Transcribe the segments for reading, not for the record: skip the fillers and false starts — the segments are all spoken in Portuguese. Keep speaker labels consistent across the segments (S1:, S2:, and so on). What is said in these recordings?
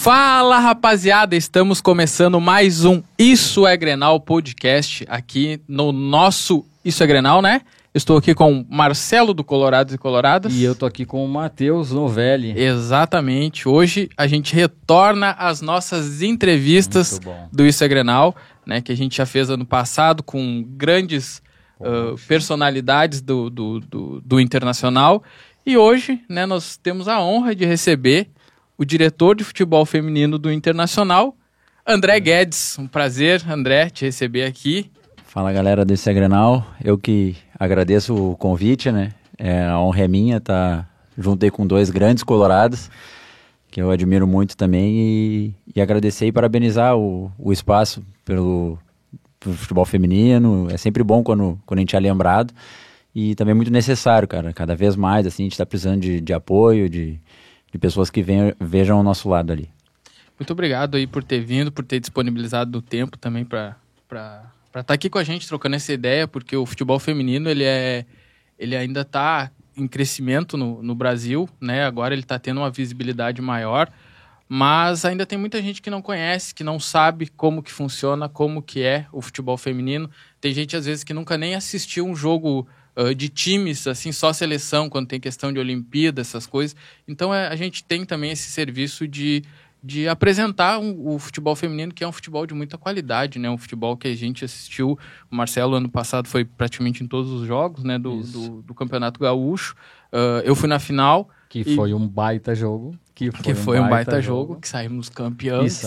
S1: Fala, rapaziada, estamos começando mais um Isso é Grenal podcast aqui no nosso Isso é Grenal, né? Estou aqui com o Marcelo do Colorados e Coloradas.
S2: E eu tô aqui com o Matheus Novelli.
S1: Exatamente. Hoje a gente retorna às nossas entrevistas do Isso é Grenal, né? Que a gente já fez ano passado com grandes personalidades do Internacional. E hoje, né, nós temos a honra de receber o diretor de futebol feminino do Internacional, André Guedes. Um prazer, André, te receber aqui.
S3: Fala, galera do Isso é Grenal. Eu que agradeço o convite, né? A honra é minha estar junto aí com dois grandes colorados, que eu admiro muito também, e agradecer e parabenizar o espaço pelo futebol feminino. É sempre bom quando a gente é lembrado, e também muito necessário, cara. Cada vez mais, assim, a gente está precisando de apoio, de pessoas que vejam o nosso lado ali.
S1: Muito obrigado aí por ter vindo, por ter disponibilizado o tempo também para estar aqui com a gente, trocando essa ideia, porque o futebol feminino ele ainda está em crescimento no Brasil, né? Agora ele está tendo uma visibilidade maior, mas ainda tem muita gente que não conhece, que não sabe como que funciona, como que é o futebol feminino. Tem gente, às vezes, que nunca nem assistiu um jogo de times, assim, só seleção, quando tem questão de Olimpíada, essas coisas. Então a gente tem também esse serviço de apresentar o futebol feminino, que é um futebol de muita qualidade, né? Um futebol que a gente assistiu. O Marcelo, ano passado, foi praticamente em todos os jogos, né? Do Campeonato Gaúcho. Eu fui na final.
S2: Foi um baita jogo.
S1: Que foi um baita jogo, que saímos campeões.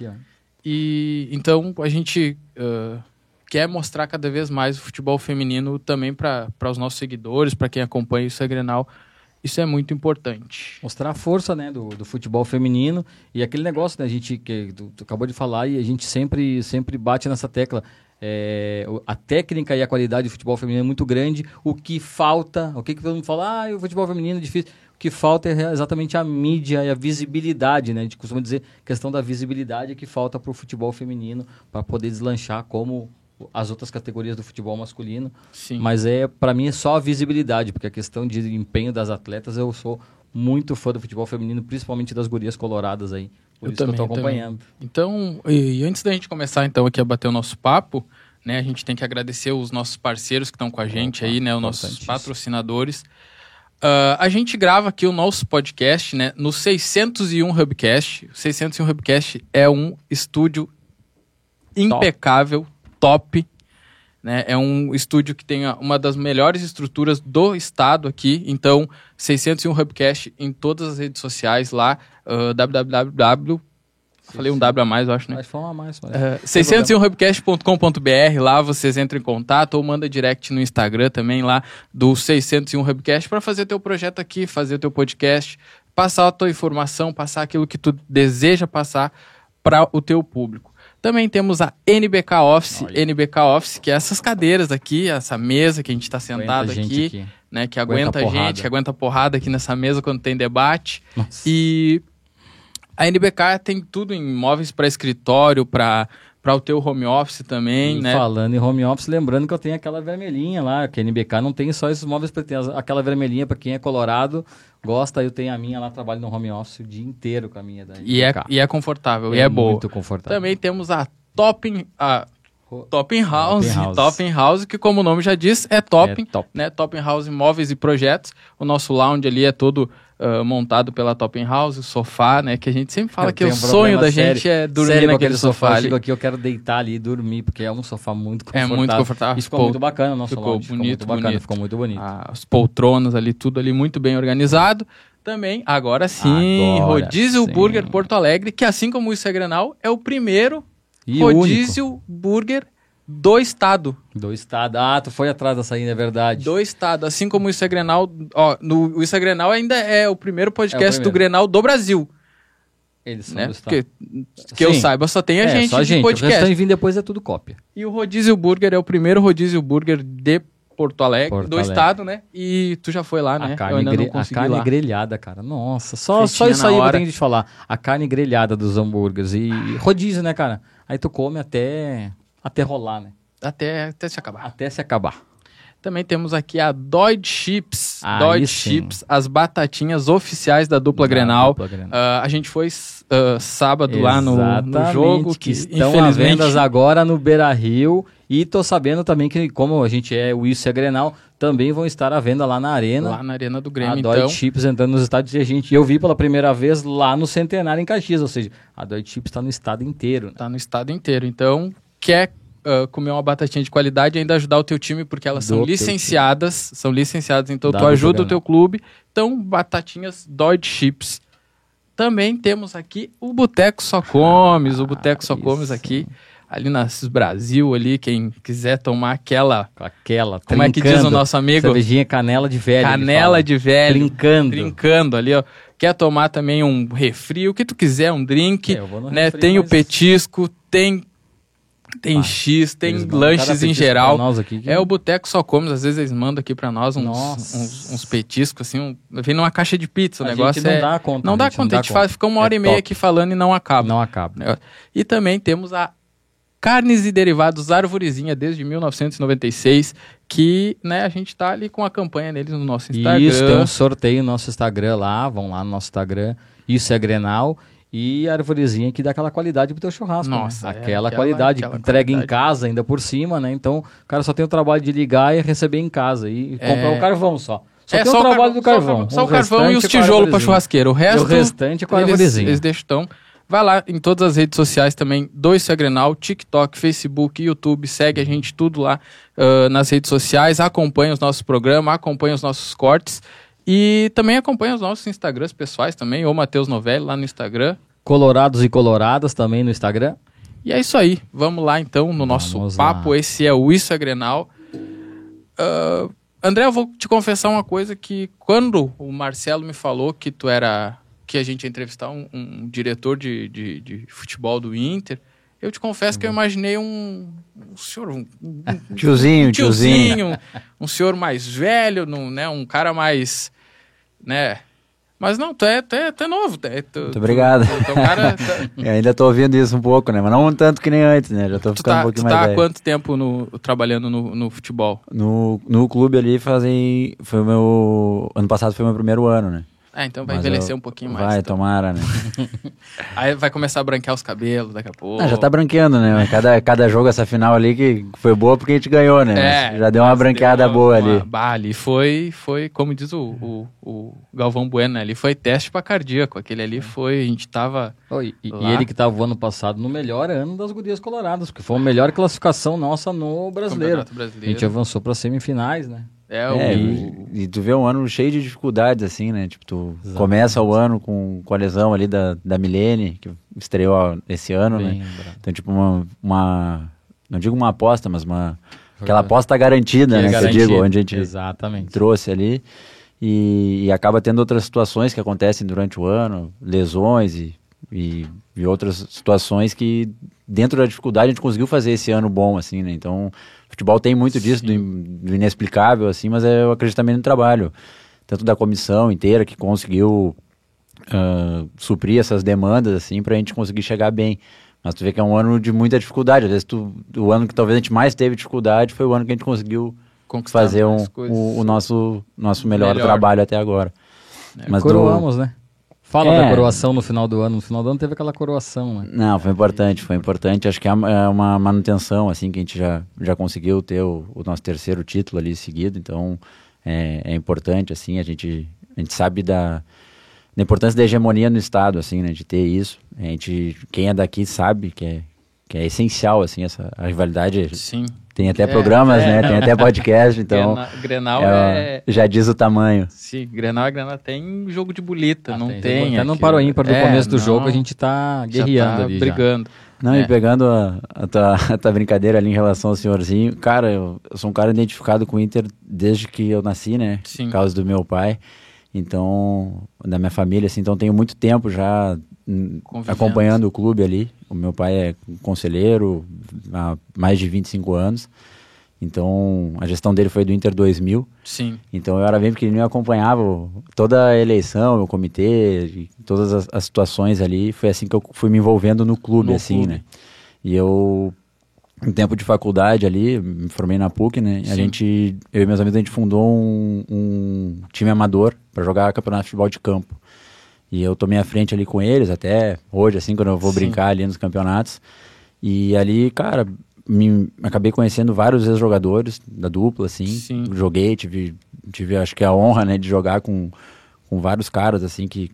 S1: E então a gente quer mostrar cada vez mais o futebol feminino também para os nossos seguidores, para quem acompanha Isso é Grenal. Isso é muito importante.
S2: Mostrar a força, né, do futebol feminino e aquele negócio, né, a gente que tu acabou de falar, e a gente sempre bate nessa tecla. A técnica e a qualidade do futebol feminino é muito grande. O que falta, o que todo mundo fala, o futebol feminino é difícil. O que falta é exatamente a mídia e a visibilidade, né? A gente costuma dizer questão da visibilidade que falta para o futebol feminino, para poder deslanchar como as outras categorias do futebol masculino.
S1: Sim.
S2: Mas para mim é só a visibilidade, porque a questão de empenho das atletas, eu sou muito fã do futebol feminino, principalmente das gurias coloradas aí. Por isso que eu tô acompanhando.
S1: Então, e antes da gente começar então aqui a bater o nosso papo, né, a gente tem que agradecer os nossos parceiros que estão com a gente aí, né, os nossos patrocinadores. A gente grava aqui o nosso podcast, né, no 601 Hubcast. O 601 Hubcast é um estúdio impecável, top, né? É um estúdio que tem uma das melhores estruturas do estado aqui. Então, 601 Hubcast em todas as redes sociais lá, www. Falei um W a mais, eu acho, né?
S2: Mas foi uma a mais.
S1: 601hubcast.com.br, lá vocês entram em contato ou manda direct no Instagram também lá do 601 Hubcast para fazer teu projeto aqui, fazer teu podcast, passar a tua informação, passar aquilo que tu deseja passar para o teu público. Também temos a NBK Office. Olha. NBK Office, que é essas cadeiras aqui, essa mesa que a gente está sentado aqui, né? Que aguenta a gente, que aguenta a porrada aqui nessa mesa quando tem debate.
S2: Nossa.
S1: E a NBK tem tudo em móveis para escritório, para o teu home office também, né?
S2: Falando em home office, lembrando que eu tenho aquela vermelhinha lá, que a NBK não tem só esses móveis, tem aquela vermelhinha para quem é colorado, gosta. Eu tenho a minha lá, trabalho no home office o dia inteiro com a minha da NBK.
S1: E é confortável, e é boa.
S2: Muito confortável.
S1: Também temos a Topping House, que como o nome já diz, é Topping, né? Topping House Móveis e Projetos. O nosso lounge ali é todo montado pela Topping House, o sofá, né? Que a gente sempre fala que o sonho da gente é dormir naquele sofá ali.
S2: Eu chego aqui, eu quero deitar ali e dormir, porque é um sofá muito confortável.
S1: É muito confortável.
S2: Isso ficou muito bacana o nosso lounge.
S1: Ficou muito bonito. As poltronas ali, tudo ali muito bem organizado. Também, agora sim, Rodízio Burger Porto Alegre, que assim como o Isso é Grenal, é o primeiro rodízio burger do estado.
S2: Do estado. Tu foi atrás dessa ainda, é verdade.
S1: Do estado. Assim como o Isso é Grenal... o Isso é Grenal ainda é o primeiro podcast do Grenal do Brasil.
S2: Eles são
S1: né?
S2: do estado.
S1: Que eu saiba, só tem a gente
S2: só
S1: de podcast.
S2: O restante vindo depois é tudo cópia.
S1: E o Rodízio Burger é o primeiro rodízio burger de Porto Alegre, estado, né? E tu já foi lá, né?
S2: A carne grelhada, cara. Nossa, só isso aí eu tenho de te falar. A carne grelhada dos hambúrgueres e rodízio, né, cara? Aí tu come até rolar, né?
S1: Até se acabar.
S2: Até se acabar.
S1: Também temos aqui a Dodge Chips.
S2: Aí
S1: Dodge
S2: sim.
S1: Chips, as batatinhas oficiais da dupla Grenal. A gente foi sábado lá no jogo.
S2: Que estão à venda agora no Beira-Rio. E tô sabendo também que, como a gente é o Isso é Grenal, também vão estar à venda lá na Arena.
S1: Lá na Arena do Grêmio,
S2: a Dodge Chips entrando nos estádios. E eu vi pela primeira vez lá no Centenário, em Caxias. Ou seja, a Dodge Chips está no estado inteiro.
S1: Está no estado inteiro. Então, quer comer uma batatinha de qualidade e ainda ajudar o teu time, porque elas são licenciadas. São licenciadas, então tu ajuda o teu clube. Então, batatinhas Dodge Chips. Também temos aqui o Boteco Só Comes. O Boteco Só Comes aqui. Ali na Cis Brasil, ali, quem quiser tomar aquela como é que diz o nosso amigo?
S2: Cervejinha canela de velho.
S1: Canela de velho.
S2: Trincando
S1: ali, ó. Quer tomar também um refri, o que tu quiser, um drink, né? Tem o petisco, tem X, tem lanches em geral. É o Boteco Só Comes, às vezes eles mandam aqui pra nós uns petiscos, assim, vem numa caixa de pizza, o negócio
S2: não dá conta.
S1: Não dá conta, a gente fica uma hora e meia aqui falando e não acaba.
S2: Não acaba.
S1: E também temos a Carnes e Derivados Arvorezinha, desde 1996, que, né, a gente tá ali com a campanha deles no nosso Instagram.
S2: Isso, tem um sorteio no nosso Instagram lá, vão lá no nosso Instagram, Isso é Grenal, e a Arvorezinha que dá aquela qualidade pro teu churrasco.
S1: Nossa,
S2: né? Aquela qualidade, entrega em casa ainda por cima, né? Então, o cara só tem o trabalho de ligar e receber em casa, e comprar o carvão só. Só tem o trabalho do carvão.
S1: Só o carvão e os tijolos pra churrasqueira. O restante
S2: é com a Arvorezinha.
S1: Eles deixam. Vai lá em todas as redes sociais também, do Isso é Grenal, TikTok, Facebook, YouTube, segue a gente tudo lá nas redes sociais, acompanha os nossos programas, acompanha os nossos cortes e também acompanha os nossos Instagrams pessoais também, ou Matheus Novelli lá no Instagram.
S2: Colorados e coloradas também no Instagram.
S1: E é isso aí, vamos lá então no nosso papo, esse é o Isso é Grenal. André, eu vou te confessar uma coisa que quando o Marcelo me falou que que a gente ia entrevistar um diretor de futebol do Inter, eu te confesso que eu imaginei um senhor... Um
S3: tiozinho.
S1: Um senhor mais velho, né, um cara mais... né? Mas não, tu é novo.
S3: Muito obrigado. Eu ainda tô ouvindo isso um pouco, né? Mas não tanto que nem antes, né? Já tô ficando um pouquinho mais velho.
S1: Tu tá há quanto tempo trabalhando no futebol?
S3: No clube ali foi o meu... Ano passado foi o meu primeiro ano, né?
S1: Então vai envelhecer um pouquinho mais.
S3: Vai,
S1: então.
S3: Tomara, né?
S1: Aí vai começar a branquear os cabelos daqui a pouco.
S3: Já tá branqueando, né? Cada jogo, essa final ali, que foi boa porque a gente ganhou, né? Já deu uma branqueada boa ali.
S1: Ali foi, como diz o Galvão Bueno, né? Ali foi teste pra cardíaco. Aquele ali foi, a gente tava...
S2: E ele que tava o ano passado no melhor ano das Gurias Coloradas, porque foi a melhor classificação nossa no Brasileiro. A gente avançou pra semifinais, né?
S3: E tu vê um ano cheio de dificuldades, assim, né? Tipo, tu começa o ano com a lesão ali da Milene, que estreou esse ano, né? Então, tipo, não digo uma aposta, mas aquela aposta garantida, né? Que eu digo, onde a gente trouxe ali. E acaba tendo outras situações que acontecem durante o ano, lesões e outras situações que, dentro da dificuldade, a gente conseguiu fazer esse ano bom, assim, né? Então... Futebol tem muito disso, do inexplicável, assim, mas eu acredito também no trabalho, tanto da comissão inteira, que conseguiu suprir essas demandas, assim, pra gente conseguir chegar bem. Mas tu vê que é um ano de muita dificuldade, às vezes o ano que talvez a gente mais teve dificuldade foi o ano que a gente conseguiu fazer o nosso melhor trabalho até agora.
S2: Mas coroamos, né? Fala da coroação no final do ano. No final do ano teve aquela coroação, né?
S3: Não, foi importante. Acho que é uma manutenção, assim, que a gente já conseguiu ter o nosso terceiro título ali seguido. Então, é importante, assim, a gente sabe da importância da hegemonia no estado, assim, né? De ter isso. Quem é daqui sabe que é essencial, assim, a rivalidade.
S1: Sim.
S3: Tem até programas, né? Tem até podcast, então...
S1: Grenal
S3: já diz o tamanho.
S1: Sim, Grenal tem jogo de bolita, não tem.
S2: Até não parou ímpar do começo do jogo, a gente tá guerreando ali,
S1: brigando.
S3: Não, e pegando a tua brincadeira ali em relação ao senhorzinho, cara, eu sou um cara identificado com o Inter desde que eu nasci, né?
S1: Sim.
S3: Por causa do meu pai, então, da minha família, assim, então tenho muito tempo já acompanhando o clube ali. O meu pai é conselheiro há mais de 25 anos, então a gestão dele foi do Inter 2000.
S1: Sim.
S3: Então eu era bem pequenininho, eu acompanhava toda a eleição, o comitê, todas as situações ali. Foi assim que eu fui me envolvendo no clube, né? E eu em tempo de faculdade ali, me formei na PUC, né?
S1: Sim.
S3: A gente, eu e meus amigos, a gente fundou um time amador para jogar campeonato de futebol de campo. E eu tomei a frente ali com eles, até hoje, assim, quando eu vou brincar ali nos campeonatos. E ali, cara, acabei conhecendo vários ex-jogadores da dupla, assim.
S1: Sim.
S3: Joguei, tive acho que a honra, né, de jogar com vários caras, assim, que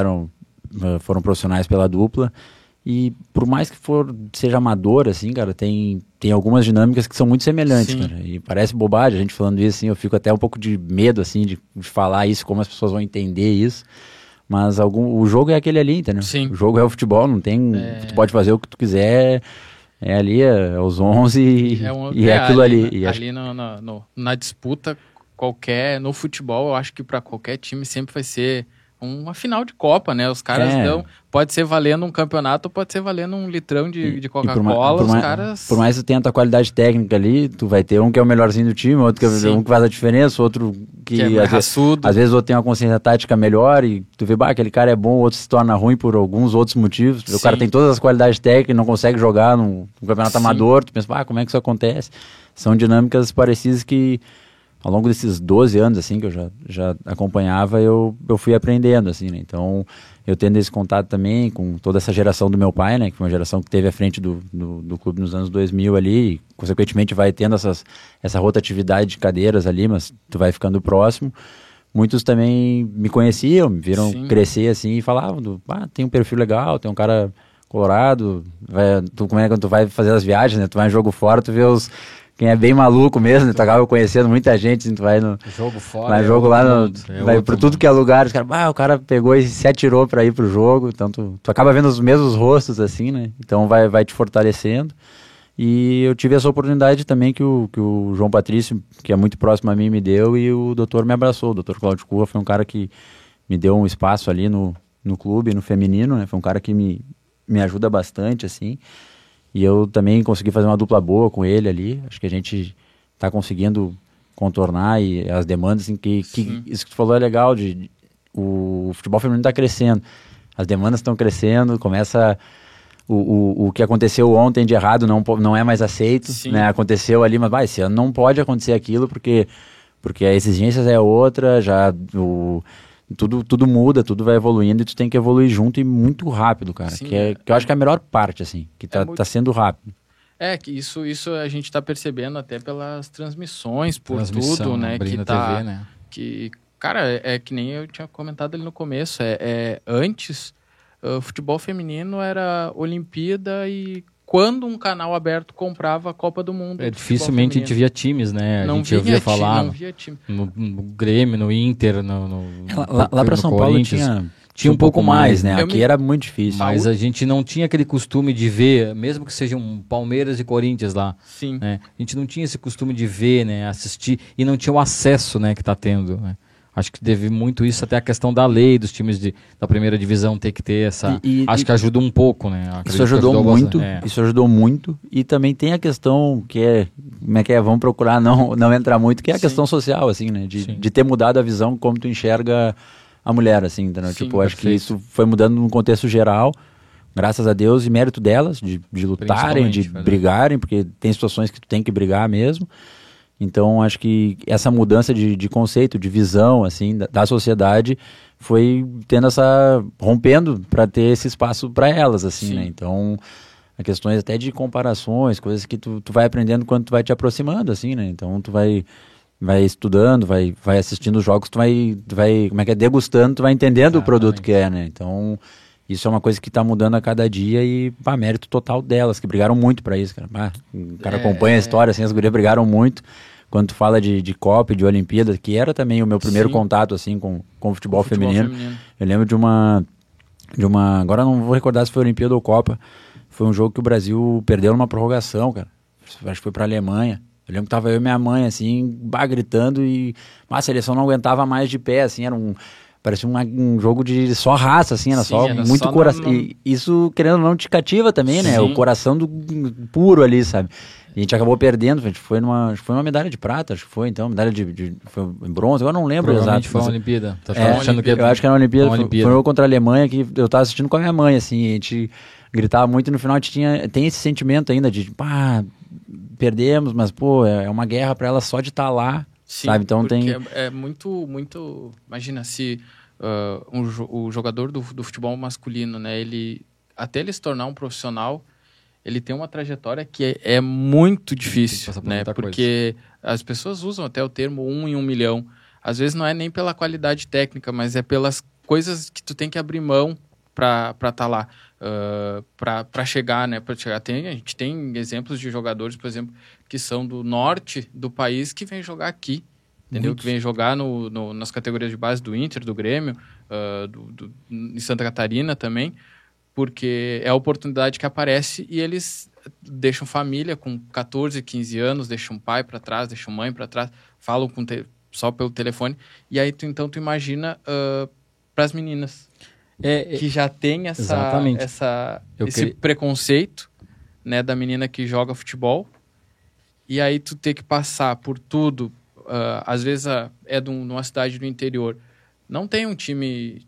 S3: foram profissionais pela dupla. E por mais que seja amador, assim, cara, tem algumas dinâmicas que são muito semelhantes,
S1: Sim.
S3: cara. E parece bobagem a gente falando isso, assim, eu fico até um pouco de medo, assim, de falar isso, como as pessoas vão entender isso. Mas o jogo é aquele ali, entendeu?
S1: Sim.
S3: O jogo é o futebol, não tem... Tu pode fazer o que tu quiser, é ali, é os 11 e é aquilo ali. E
S1: ali na disputa, no futebol, eu acho que para qualquer time sempre vai ser uma final de Copa, né? Os caras pode ser valendo um campeonato, pode ser valendo um litrão de Coca-Cola, os caras...
S3: Por mais que tu tenha a tua qualidade técnica ali, tu vai ter um que é o melhorzinho do time, outro que é um que faz a diferença, outro que
S1: é mais raçudo.
S3: Às vezes outro tem uma consciência tática melhor e tu vê, aquele cara é bom, o outro se torna ruim por alguns outros motivos. O cara tem todas as qualidades técnicas e não consegue jogar num campeonato amador, tu pensa, como é que isso acontece? São dinâmicas parecidas que ao longo desses 12 anos, assim, que eu já acompanhava, eu fui aprendendo, assim, né? Então, eu tendo esse contato também com toda essa geração do meu pai, né? Que foi uma geração que teve à frente do clube nos anos 2000 ali, e, consequentemente, vai tendo essa rotatividade de cadeiras ali, mas tu vai ficando próximo. Muitos também me conheciam, me viram crescer, assim, e falavam, tem um perfil legal, tem um cara colorado, quando tu vai fazer as viagens, né? Tu vai em jogo fora, tu vê quem é bem maluco mesmo, tu acaba conhecendo muita gente, tu vai no...
S2: Jogo fora.
S3: Vai jogo lá vai por tudo que é lugar, os caras, o cara pegou e se atirou pra ir pro jogo, então tu acaba vendo os mesmos rostos, assim, né? Então vai te fortalecendo. E eu tive essa oportunidade também que o João Patrício, que é muito próximo a mim, me deu, e o doutor me abraçou. O doutor Cláudio Curra foi um cara que me deu um espaço ali no clube, no feminino, né? Foi um cara que me ajuda bastante, assim. E eu também consegui fazer uma dupla boa com ele ali. Acho que a gente está conseguindo contornar e as demandas, assim, que isso que tu falou é legal, o futebol feminino está crescendo. As demandas estão crescendo, começa... O que aconteceu ontem de errado não é mais aceito, né? Aconteceu ali, mas esse ano não pode acontecer aquilo, porque a exigência é outra, tudo muda, tudo vai evoluindo e tu tem que evoluir junto e muito rápido, cara. Que eu acho que é a melhor parte, assim, que tá sendo rápido.
S1: Que isso a gente tá percebendo até pelas transmissões, tudo, né? Que tá, TV, né? Que, cara, é que nem eu tinha comentado ali no começo, antes... O futebol feminino era Olimpíada e quando um canal aberto comprava a Copa do Mundo.
S2: Dificilmente a gente via times, né? A gente ouvia falar. Não via time. No Grêmio, no Inter,
S3: lá para São Paulo tinha um pouco mais, né? Aqui era muito difícil.
S2: Mas a gente não tinha aquele costume de ver, mesmo que seja um Palmeiras e Corinthians lá.
S1: Sim.
S2: Né? A gente não tinha esse costume de ver, né? Assistir, e não tinha o acesso, né, que está tendo, né? Acho que deve muito isso até a questão da lei dos times da primeira divisão ter que ter essa... acho que ajuda um pouco, né?
S3: Isso ajudou muito, isso ajudou muito. E também tem a questão que vamos procurar não entrar muito, que é a questão social, assim, né? De ter mudado a visão como tu enxerga a mulher, assim, entendeu? Acho que isso foi mudando no contexto geral, graças a Deus, e mérito delas, de lutarem, de brigarem, porque tem situações que tu tem que brigar mesmo. Então, acho que essa mudança de conceito, de visão, assim, da sociedade foi rompendo para ter esse espaço para elas, assim, né? Então, questões até de comparações, coisas que tu vai aprendendo quando tu vai te aproximando, assim, né? Então, tu vai estudando, vai assistindo os jogos, tu vai degustando, tu vai entendendo o produto que é, né? Então, isso é uma coisa que está mudando a cada dia e, mérito total delas, que brigaram muito para isso, cara. O cara acompanha a história, assim, as gurias brigaram muito. Quando tu fala de Copa e de Olimpíada, que era também o meu primeiro contato, assim, com o futebol feminino. Eu lembro de uma... Agora não vou recordar se foi Olimpíada ou Copa. Foi um jogo que o Brasil perdeu numa prorrogação, cara. Acho que foi pra Alemanha. Eu lembro que tava eu e minha mãe, assim, gritando e... a seleção não aguentava mais de pé, assim, parecia um jogo de só raça, assim, era muito coração. E isso, querendo ou não, te cativa também, né? O coração puro ali, sabe? E a gente acabou perdendo, a gente foi numa medalha de prata, acho que foi, então, medalha foi em bronze, agora não lembro exato.
S2: Foi uma Olimpíada.
S3: Eu acho que era uma Olimpíada. Foi um contra a Alemanha que eu tava assistindo com a minha mãe, assim, a gente gritava muito e no final a gente tem esse sentimento ainda de, perdemos, mas, pô, é uma guerra para elas só de estar lá,
S1: Sim,
S3: sabe? Então
S1: porque
S3: tem...
S1: é muito... Imagina se o jogador do futebol masculino, né? Até ele se tornar um profissional, ele tem uma trajetória que é muito difícil, né? Porque as pessoas usam até o termo 1 em 1 milhão. Às vezes não é nem pela qualidade técnica, mas é pelas coisas que tu tem que abrir mão para estar lá, para chegar, né? Para chegar. A gente tem exemplos de jogadores, por exemplo, que são do norte do país que vêm jogar aqui, entendeu? Muitos. Que vêm jogar nas categorias de base do Inter, do Grêmio, em Santa Catarina também, porque é a oportunidade que aparece e eles deixam família com 14, 15 anos, deixam pai para trás, deixam mãe para trás, falam só pelo telefone, e aí tu imagina para as meninas que já tem esse preconceito, né, da menina que joga futebol, e aí tu ter que passar por tudo, às vezes numa cidade do interior, não tem um time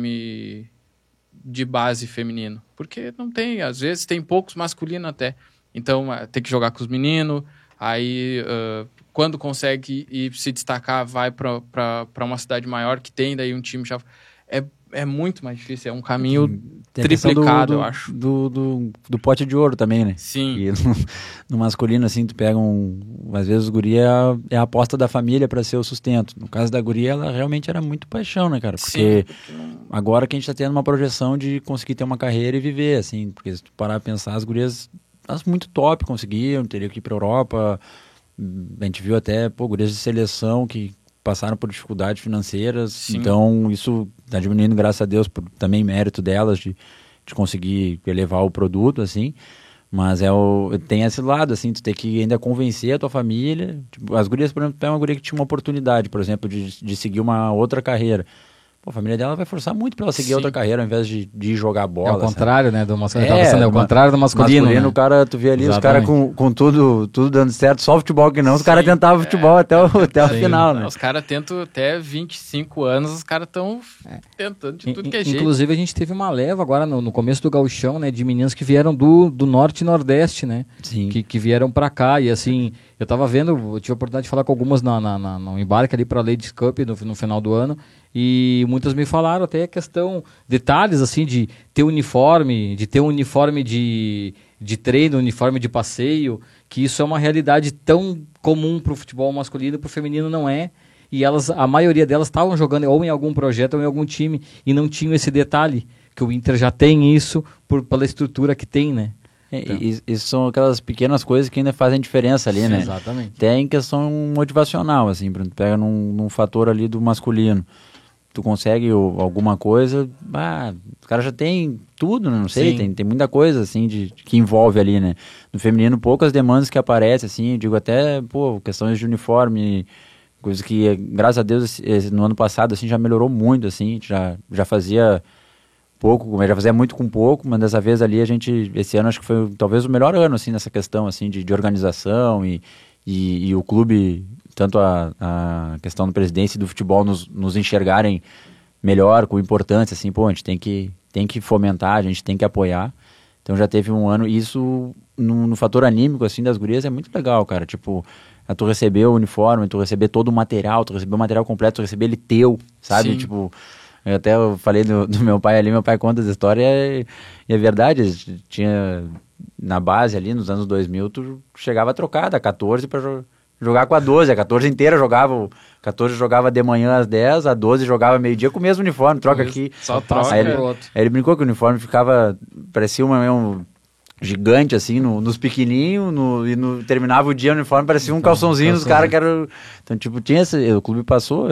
S1: de base feminino, porque não tem, às vezes tem poucos masculinos até, então tem que jogar com os meninos, aí quando consegue ir se destacar, vai para uma cidade maior que tem daí um time já... É muito mais difícil, é um caminho triplicado, eu acho.
S3: Do pote de ouro também, né?
S1: Sim.
S3: E no masculino, assim, tu pega às vezes o guri é a aposta da família para ser o sustento. No caso da guria, ela realmente era muito paixão, né, cara? Porque agora que a gente tá tendo uma projeção de conseguir ter uma carreira e viver, assim, porque se tu parar a pensar, as gurias, elas muito top conseguiam, teriam que ir pra Europa, a gente viu até, gurias de seleção que passaram por dificuldades financeiras. Sim. Então isso está diminuindo, graças a Deus, por também mérito delas de conseguir elevar o produto, assim, mas tem esse lado, assim, tu tem que ainda convencer a tua família. Tipo, as gurias, por exemplo, tem uma guria que tinha uma oportunidade, por exemplo, de seguir uma outra carreira. Pô, a família dela vai forçar muito pra ela seguir outra carreira ao invés de ir jogar bola.
S2: É o contrário,
S3: sabe?
S2: Né? Do masculino. É o contrário do masculino.
S3: Né? O cara, tu vê ali exatamente. Os caras com tudo dando certo, só o futebol que não. Os caras tentavam futebol até o final, né?
S1: Os caras tentam até 25 anos, os caras estão tentando de tudo que é jeito.
S2: Inclusive, a gente teve uma leva agora no começo do gauchão, né? De meninas que vieram do norte e nordeste, né?
S3: Sim.
S2: Que vieram pra cá. E assim, eu tava vendo, eu tive a oportunidade de falar com algumas no embarque ali pra Ladies Cup no final do ano. E muitas me falaram até a questão, detalhes assim, de ter um uniforme de treino, uniforme de passeio, que isso é uma realidade tão comum para o futebol masculino e para o feminino não é. E a maioria delas estavam jogando ou em algum projeto ou em algum time e não tinham esse detalhe, que o Inter já tem isso pela estrutura que tem, né?
S3: Então. Isso são aquelas pequenas coisas que ainda fazem diferença ali, né?
S2: Exatamente.
S3: Até em questão motivacional, assim, tu pega num fator ali do masculino. Tu consegue alguma coisa, os caras já tem tudo, não sei, tem muita coisa, assim, que envolve ali, né? No feminino, poucas demandas que aparecem, assim, eu digo até, questões de uniforme, coisas que, graças a Deus, no ano passado, assim, já melhorou muito, assim, já fazia pouco, já fazia muito com pouco, mas dessa vez ali esse ano acho que foi talvez o melhor ano, assim, nessa questão, assim, de organização e o clube... Tanto a questão da presidência e do futebol nos enxergarem melhor, com importância, assim, a gente tem que fomentar, a gente tem que apoiar. Então já teve um ano, e isso no fator anímico, assim, das gurias é muito legal, cara. Tipo, tu receber o uniforme, tu receber todo o material, tu receber o material completo, tu receber ele teu, sabe? Sim. Tipo, eu falei do meu pai ali, meu pai conta essa história e é verdade, tinha na base ali, nos anos 2000, tu chegava a trocar da 14 para jogar com a 12, a 14 inteira jogava, 14 jogava de manhã às 10, a 12 jogava meio-dia com o mesmo uniforme, troca aqui.
S1: Só troca.
S3: Aí ele brincou que o uniforme parecia um gigante, assim, nos pequenininhos, terminava o dia o uniforme, parecia um calçãozinho dos caras que eram... Então, tipo, o clube passou,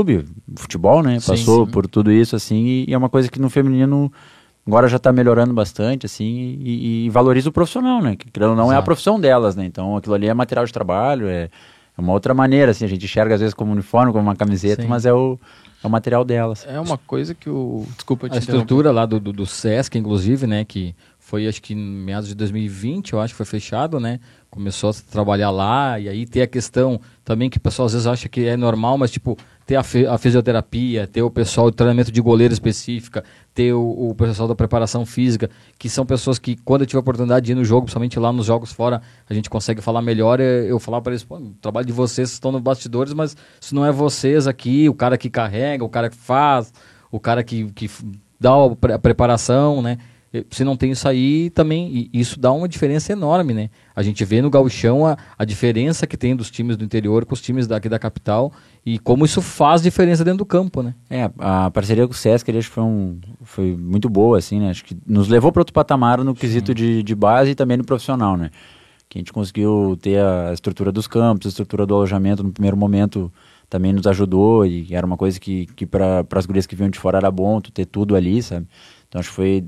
S3: futebol, né? Passou por tudo isso, assim, e é uma coisa que no feminino... Agora já está melhorando bastante, assim, e valoriza o profissional, né? Que não é a profissão delas, né? Então aquilo ali é material de trabalho, é uma outra maneira, assim, a gente enxerga às vezes como uniforme, como uma camiseta, mas é o material delas.
S1: É uma coisa que Desculpa te
S2: a estrutura lá do Sesc, inclusive, né? Que foi, acho que em meados de 2020, eu acho que foi fechado, né? Começou a trabalhar lá, e aí tem a questão também que o pessoal às vezes acha que é normal, mas tipo, ter a fisioterapia, ter o pessoal do treinamento de goleiro específica, ter o pessoal da preparação física, que são pessoas que, quando eu tive a oportunidade de ir no jogo, principalmente lá nos jogos fora, a gente consegue falar melhor. Eu falar para eles, o trabalho de vocês estão nos bastidores, mas se não é vocês aqui, o cara que carrega, o cara que faz, o cara que dá a preparação, né? Se não tem isso aí, também, isso dá uma diferença enorme, né? A gente vê no gauchão a diferença que tem dos times do interior com os times daqui da capital e como isso faz diferença dentro do campo, né?
S3: A parceria com o Sesc, acho que foi muito boa, assim, né? Acho que nos levou para outro patamar no quesito de base e também no profissional, né? Que a gente conseguiu ter a estrutura dos campos, a estrutura do alojamento no primeiro momento também nos ajudou e era uma coisa que para as gurias que vinham de fora era bom tu ter tudo ali, sabe? Então acho que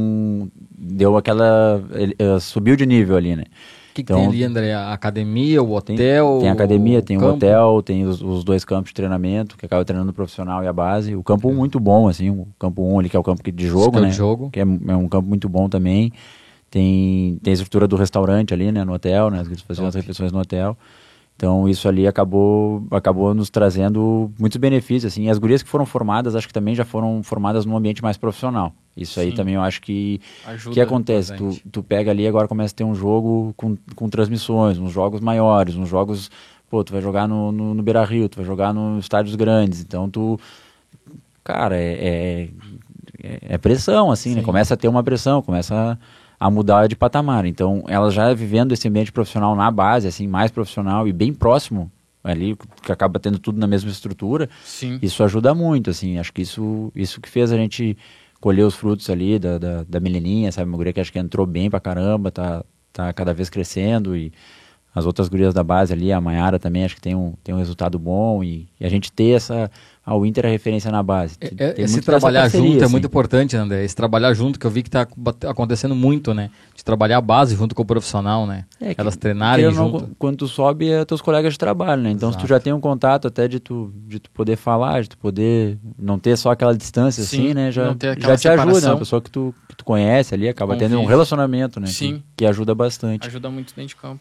S3: deu aquela, subiu de nível ali, né?
S2: O que tem ali, André? A academia, o hotel?
S3: Tem a academia, tem o hotel, tem os 2 campos de treinamento, que acaba treinando o profissional e a base. O campo 1 muito bom, assim, o campo 1 ali, que é o campo de jogo, né? Que é um campo muito bom também. Tem a estrutura do restaurante ali, né, no hotel, né? As faziam as refeições no hotel. Então isso ali acabou nos trazendo muitos benefícios, assim. E as gurias que foram formadas, acho que também já foram formadas num ambiente mais profissional. Isso aí também eu acho que acontece. Tu pega ali, agora começa a ter um jogo com transmissões, uns jogos maiores, uns jogos... Pô, tu vai jogar no Beira-Rio, tu vai jogar nos estádios grandes. Então cara, é pressão, assim, né? Começa a ter uma pressão, começa a mudar de patamar. Então, elas já vivendo esse ambiente profissional na base, assim, mais profissional e bem próximo ali, que acaba tendo tudo na mesma estrutura, isso ajuda muito, assim. Acho que isso que fez a gente colher os frutos ali da menininha, sabe? Uma guria que acho que entrou bem pra caramba, tá cada vez crescendo e as outras gurias da base ali, a Maiara também, acho que tem um resultado bom e a gente ter o Inter é referência na base.
S2: Esse trabalhar junto é muito importante, André. Esse trabalhar junto que eu vi que está acontecendo muito, né? De trabalhar a base junto com o profissional, né? Elas treinarem junto.
S3: Quando tu sobe, é teus colegas de trabalho, né? Então, se tu já tem um contato até de tu poder falar, de tu poder não ter só aquela distância, assim, né? Já te ajuda, né? Uma pessoa que tu conhece ali, acaba tendo um relacionamento, né? Que ajuda bastante.
S1: Ajuda muito dentro de campo.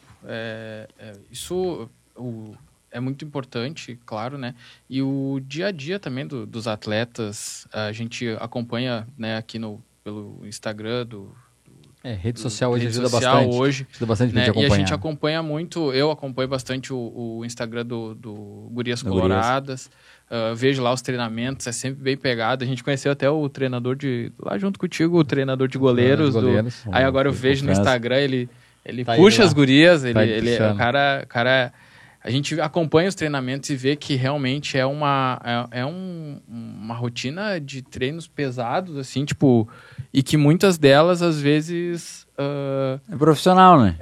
S1: Isso... É muito importante, claro, né? E o dia a dia também dos atletas, a gente acompanha, né, aqui pelo Instagram
S2: rede social hoje ajuda bastante. Ajuda bastante, né?
S1: E a gente acompanha muito, eu acompanho bastante o Instagram do Gurias Coloradas, vejo lá os treinamentos, é sempre bem pegado. A gente conheceu até o treinador lá junto contigo, o treinador de goleiros. Aí agora eu vejo no Instagram, ele puxa as gurias, ele é o cara... A gente acompanha os treinamentos e vê que realmente é uma rotina de treinos pesados, assim, tipo... E que muitas delas, às vezes...
S3: É profissional, né?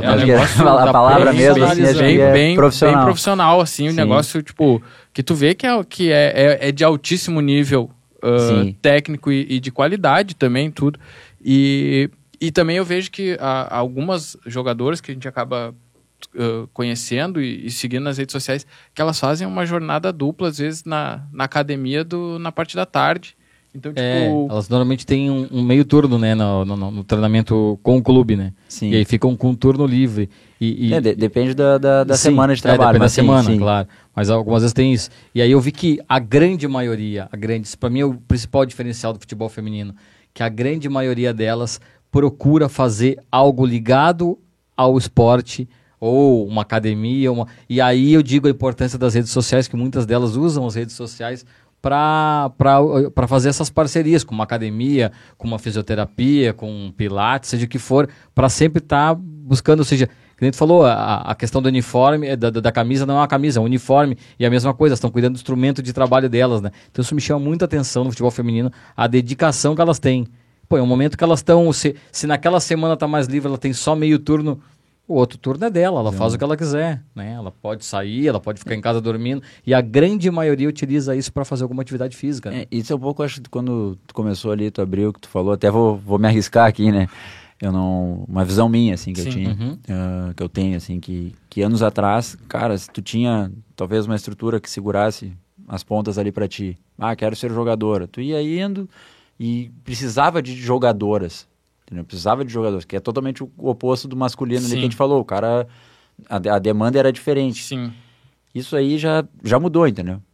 S1: A
S3: palavra mesmo, assim,
S1: bem profissional, assim, o negócio, tipo... Que tu vê que é de altíssimo nível técnico e de qualidade também, tudo. E também eu vejo que algumas jogadoras que a gente acaba... conhecendo e seguindo nas redes sociais, que elas fazem uma jornada dupla, às vezes na academia na parte da tarde. Então, tipo...
S2: elas normalmente têm um meio turno, né, no treinamento com o clube, né?
S3: Sim.
S2: E aí ficam com um turno livre.
S3: Depende da semana de trabalho.
S2: Depende da semana, claro. Mas algumas vezes tem isso. E aí eu vi que a grande maioria, para mim é o principal diferencial do futebol feminino, que a grande maioria delas procura fazer algo ligado ao esporte, ou uma academia, e aí eu digo a importância das redes sociais, que muitas delas usam as redes sociais para fazer essas parcerias com uma academia, com uma fisioterapia, com um pilates, seja o que for, para sempre estar buscando, ou seja, que a gente falou, a questão do uniforme, da camisa não é uma camisa, é um uniforme, e a mesma coisa, estão cuidando do instrumento de trabalho delas, né? Então isso me chama muita atenção no futebol feminino, a dedicação que elas têm. Pô, é um momento que elas estão, se naquela semana está mais livre, ela tem só meio turno, o outro turno é dela, ela faz o que ela quiser, né? Ela pode sair, ela pode ficar em casa dormindo, e a grande maioria utiliza isso para fazer alguma atividade física, né?
S3: Isso é um pouco, acho que quando tu começou ali, tu abriu, que tu falou, até vou me arriscar aqui, né? Uma visão minha, assim, que eu tinha, que eu tenho, assim, que anos atrás, cara, se tu tinha talvez uma estrutura que segurasse as pontas ali para ti, quero ser jogadora, tu ia indo e precisava de jogadoras, entendeu? Precisava de jogadores, que é totalmente o oposto do masculino ali que a gente falou. O cara, a demanda era diferente.
S1: Sim.
S3: Isso aí já mudou, entendeu?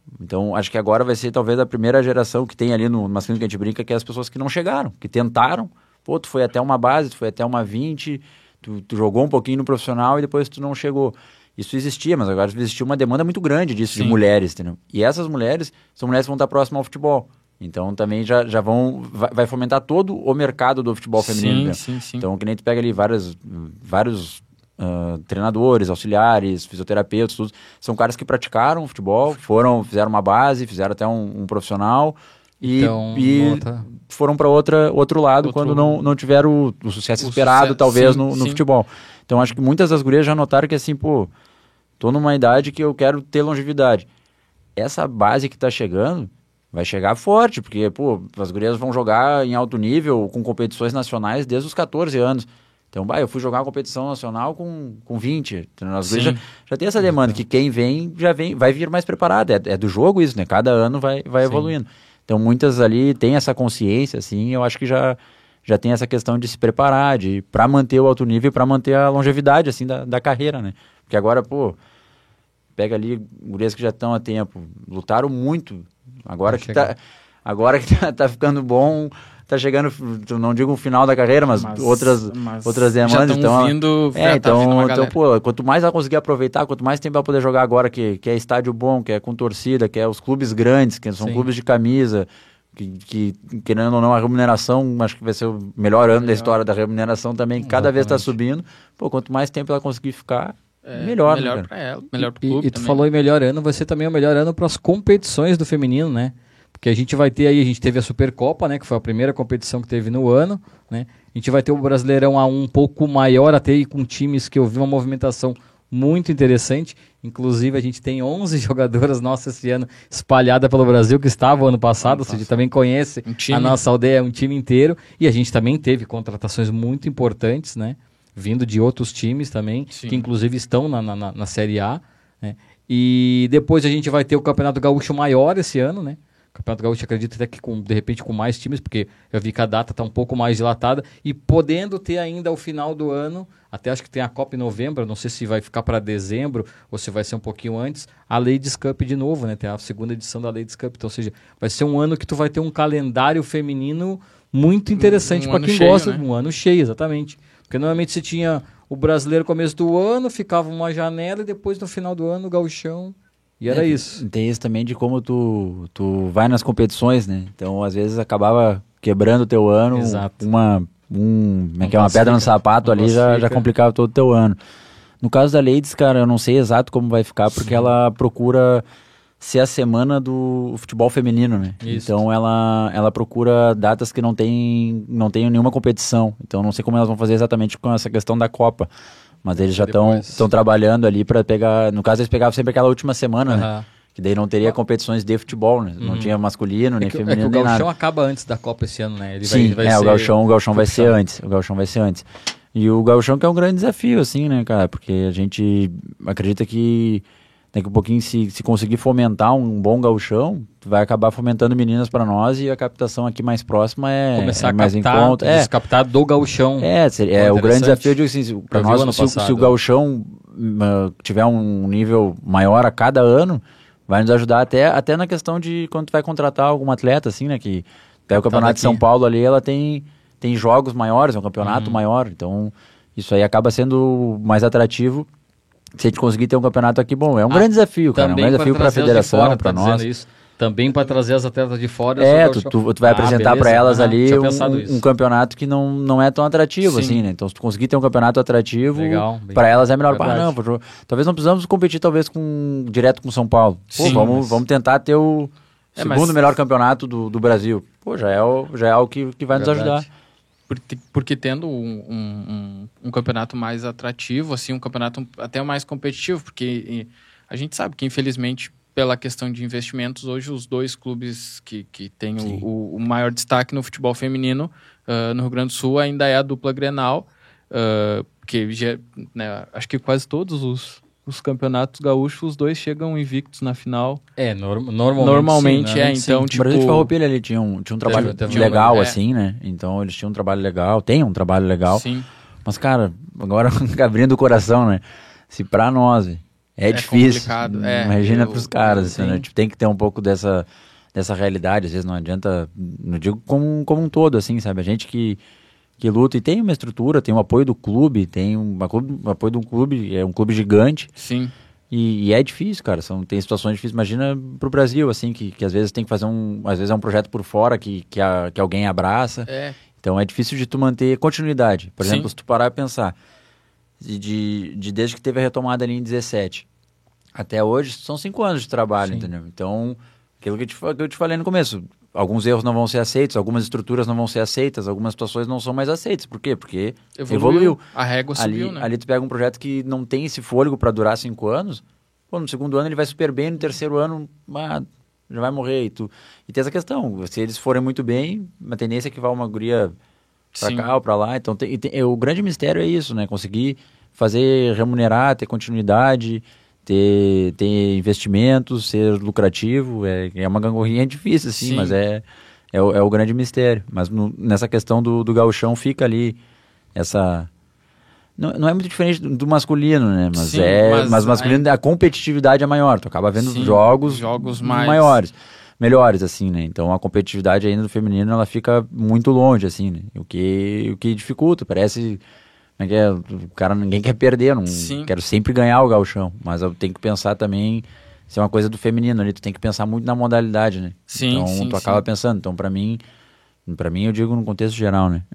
S3: Então, acho que agora vai ser talvez a primeira geração que tem ali no masculino que a gente brinca, que é as pessoas que não chegaram, que tentaram. Pô, tu foi até uma base, tu foi até uma 20, tu jogou um pouquinho no profissional e depois tu não chegou. Isso existia, mas agora existiu uma demanda muito grande disso, de mulheres, entendeu? E essas mulheres são mulheres que vão estar próximas ao futebol. Então também já vai fomentar todo o mercado do futebol feminino.
S1: Sim.
S3: Então, que nem tu pega ali vários treinadores, auxiliares, fisioterapeutas, tudo. São caras que praticaram futebol, fizeram uma base, fizeram até um profissional e foram para outro lado quando não tiveram o sucesso esperado, talvez, no futebol. Então, acho que muitas das gurias já notaram que assim, pô, tô numa idade que eu quero ter longevidade. Essa base que tá chegando vai chegar forte, porque, pô, as gurias vão jogar em alto nível com competições nacionais desde os 14 anos. Então, eu fui jogar uma competição nacional com 20. Então, as gurias já tem essa demanda, que quem vem, vai vir mais preparado. É do jogo isso, né? Cada ano vai evoluindo. Então, muitas ali têm essa consciência, assim, eu acho que já tem essa questão de se preparar, para manter o alto nível e para manter a longevidade, assim, da carreira, né? Porque agora, pô, pega ali gurias que já estão há tempo, lutaram muito. Agora que tá ficando bom, tá chegando, não digo o final da carreira, mas outras demandas. Então, pô, quanto mais ela conseguir aproveitar, quanto mais tempo ela poder jogar agora, que é estádio bom, que é com torcida, que é os clubes grandes, que são clubes de camisa, que querendo ou não, a remuneração, acho que vai ser o melhor ano da história da remuneração também, que cada vez está subindo. Pô, quanto mais tempo ela conseguir ficar, melhor
S1: para ela, melhor pro clube.
S2: E tu falou em melhor ano, vai ser também o melhor ano para as competições do feminino, né? Porque a gente vai ter aí, a gente teve a Supercopa, né? Que foi a primeira competição que teve no ano, né? A gente vai ter o Brasileirão um pouco maior até aí, com times que eu vi uma movimentação muito interessante. Inclusive, a gente tem 11 jogadoras nossas esse ano espalhadas pelo Brasil, que estavam ano passado, ou seja, também conhece a nossa aldeia, um time inteiro. E a gente também teve contratações muito importantes, né? Vindo de outros times também, que inclusive estão na Série A, né? E depois a gente vai ter o Campeonato Gaúcho maior esse ano, né? O Campeonato Gaúcho, acredito até que de repente com mais times, porque eu vi que a data está um pouco mais dilatada, e podendo ter ainda ao final do ano, até acho que tem a Copa em novembro, não sei se vai ficar para dezembro ou se vai ser um pouquinho antes, a Ladies Cup de novo, né? Tem a segunda edição da Ladies Cup, então, ou seja, vai ser um ano que tu vai ter um calendário feminino muito interessante para quem gosta, né? Um ano cheio, exatamente. Porque normalmente você tinha o brasileiro no começo do ano, ficava uma janela e depois no final do ano o gauchão. E era isso.
S3: Tem isso também de como tu vai nas competições, né? Então, às vezes, acabava quebrando o teu ano. Exato. Uma pedra no sapato ali já complicava todo o teu ano. No caso da Ladies, cara, eu não sei exato como vai ficar, porque ela procura ser a semana do futebol feminino, né? Isso. Então, ela procura datas que não tem nenhuma competição. Então, não sei como elas vão fazer exatamente com essa questão da Copa. Mas eles já estão trabalhando ali para pegar... No caso, eles pegavam sempre aquela última semana, né? Que daí não teria competições de futebol, né? Não tinha masculino, nem feminino, nem nada.
S2: O Gauchão acaba antes da Copa esse ano, né?
S3: O Gauchão vai ser antes. O Gauchão vai ser antes. E o Gauchão que é um grande desafio, assim, né, cara? Porque a gente acredita que daqui a pouquinho, se conseguir fomentar um bom gauchão, vai acabar fomentando meninas para nós, e a captação aqui mais próxima
S2: começar
S3: mais
S2: a captar, captar do gauchão.
S3: O grande desafio, eu digo assim, para nós, se o gauchão tiver um nível maior a cada ano, vai nos ajudar até na questão de quando tu vai contratar algum atleta, assim, né, que até o Campeonato de São Paulo ali, ela tem jogos maiores, é um campeonato maior, então isso aí acaba sendo mais atrativo. Se a gente conseguir ter um campeonato aqui, bom, é um grande desafio, cara. É um grande desafio para a federação, para nós.
S2: Isso. Também para trazer as atletas de fora.
S3: Tu vai apresentar para elas ali um campeonato que não é tão atrativo, assim, né? Então, se tu conseguir ter um campeonato atrativo, para elas é melhor. Talvez não precisamos competir direto com São Paulo. Vamos tentar ter o segundo melhor campeonato do Brasil. Pô, já é algo que vai nos ajudar.
S1: Porque tendo um campeonato mais atrativo, assim, um campeonato até mais competitivo, porque a gente sabe que, infelizmente, pela questão de investimentos, hoje os dois clubes que têm o maior destaque no futebol feminino no Rio Grande do Sul ainda é a dupla Grenal, porque né, acho que quase todos os campeonatos gaúchos, os dois chegam invictos na final.
S2: Normalmente
S1: sim, né? Então, tipo...
S3: O Brasil de Farroupilha, ele tinha um trabalho legal, assim, né? Então, eles tinham um trabalho legal, tem um trabalho legal.
S1: Sim.
S3: Mas, cara, agora abrindo o coração, né? Se pra nós, É difícil.
S1: Complicado.
S3: Imagina pros caras, assim, né? Tipo, tem que ter um pouco dessa realidade. Às vezes não adianta, não digo como um todo, assim, sabe? A gente que luta e tem uma estrutura, tem um apoio do clube, tem um apoio do clube, é um clube gigante.
S1: Sim.
S3: E é difícil, cara. Tem situações difíceis. Imagina pro Brasil, assim, que às vezes tem que fazer às vezes é um projeto por fora que alguém abraça. Então é difícil de tu manter continuidade. Por exemplo, se tu parar e pensar, desde que teve a retomada ali em 17 até hoje, são 5 anos de trabalho, entendeu? Então, aquilo que eu te falei no começo, alguns erros não vão ser aceitos, algumas estruturas não vão ser aceitas, algumas situações não são mais aceitas. Por quê? Porque evoluiu.
S1: A régua subiu, né?
S3: Ali tu pega um projeto que não tem esse fôlego para durar 5 anos, pô, no segundo ano ele vai super bem, no terceiro ano já vai morrer. E tem essa questão, se eles forem muito bem, a tendência é que vá uma guria para cá ou para lá. Então o grande mistério é isso, né? Conseguir remunerar, ter continuidade, ter investimentos, ser lucrativo. É uma gangorrinha difícil, assim, mas é o grande mistério. Mas nessa questão do gauchão fica ali essa... Não é muito diferente do masculino, né? Mas o masculino, a competitividade é maior. Tu acaba vendo jogos maiores, melhores, assim, né? Então a competitividade ainda do feminino, ela fica muito longe, assim, né? O que dificulta, parece... O cara, ninguém quer perder, quero sempre ganhar o gauchão, mas eu tenho que pensar também, se é uma coisa do feminino ali, tu tem que pensar muito na modalidade, né? Então tu acaba pensando, então pra mim eu digo no contexto geral, né?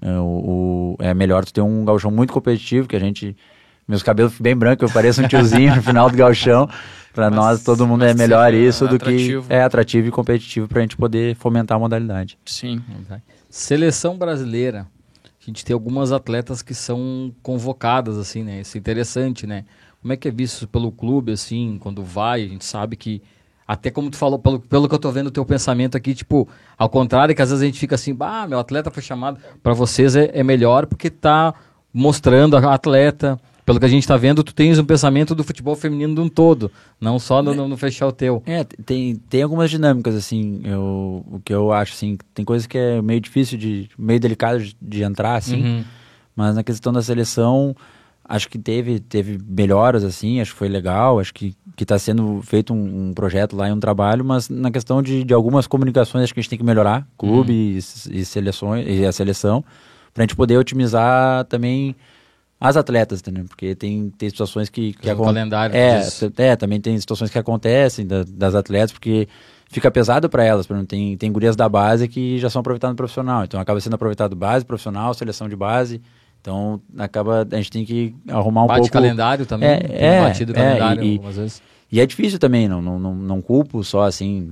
S3: É melhor tu ter um gauchão muito competitivo, meus cabelos ficam bem brancos, eu pareço um tiozinho no final do gauchão, pra nós todo mundo é melhor isso do que é atrativo e competitivo pra gente poder fomentar a modalidade.
S1: Sim.
S2: Seleção brasileira. A gente tem algumas atletas que são convocadas, assim, né? Isso é interessante, né? Como é que é visto pelo clube, assim, quando vai? A gente sabe que, até como tu falou, pelo que eu tô vendo o teu pensamento aqui, tipo, ao contrário, que às vezes a gente fica assim, meu atleta foi chamado. Para vocês é melhor porque tá mostrando a atleta. Pelo que a gente tá vendo, tu tens um pensamento do futebol feminino de um todo, não só no fechar o teu.
S3: Tem algumas dinâmicas, assim, o que eu acho, assim, tem coisas que é meio difícil, meio delicado de entrar, assim, mas na questão da seleção, acho que teve melhoras, assim, acho que foi legal, acho que tá sendo feito um projeto lá e um trabalho, mas na questão de algumas comunicações, acho que a gente tem que melhorar, clube e seleções, e a seleção, pra gente poder otimizar também as atletas, entendeu? Porque tem situações que
S2: calendário.
S3: Também tem situações que acontecem das atletas, porque fica pesado para elas, tem gurias da base que já são aproveitadas no profissional, então acaba sendo aproveitado base, profissional, seleção de base, então a gente tem que arrumar um pouco...
S2: Bate calendário também, batido calendário algumas vezes.
S3: E é difícil também, não culpo só assim,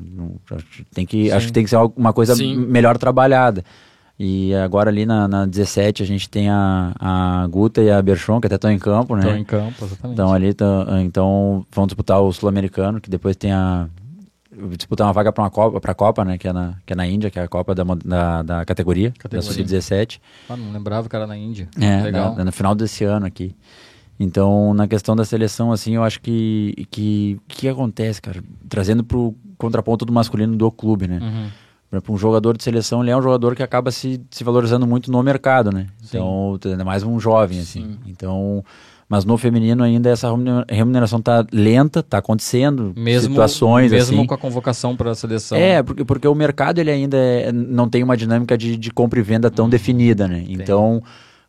S3: acho que tem que ser uma coisa melhor trabalhada. E agora ali na 17 a gente tem a Guta e a Berchon, que até estão em campo, né?
S2: Estão em campo, exatamente.
S3: Então ali então vão disputar o Sul-Americano, que depois tem disputar uma vaga para a Copa, né? Que é na Índia, que é a Copa da categoria. Da Sub-17.
S2: Não lembrava que era na Índia.
S3: Legal. No final desse ano aqui. Então, na questão da seleção, assim, eu acho que acontece, cara? Trazendo pro contraponto do masculino do clube, né? Por exemplo, um jogador de seleção, ele é um jogador que acaba se valorizando muito no mercado, né? Então, é mais um jovem, assim. Então, mas no feminino ainda essa remuneração tá lenta, tá acontecendo situações assim.
S2: Mesmo com a convocação para a seleção.
S3: Porque o mercado ele ainda não tem uma dinâmica de compra e venda tão definida, né? Então,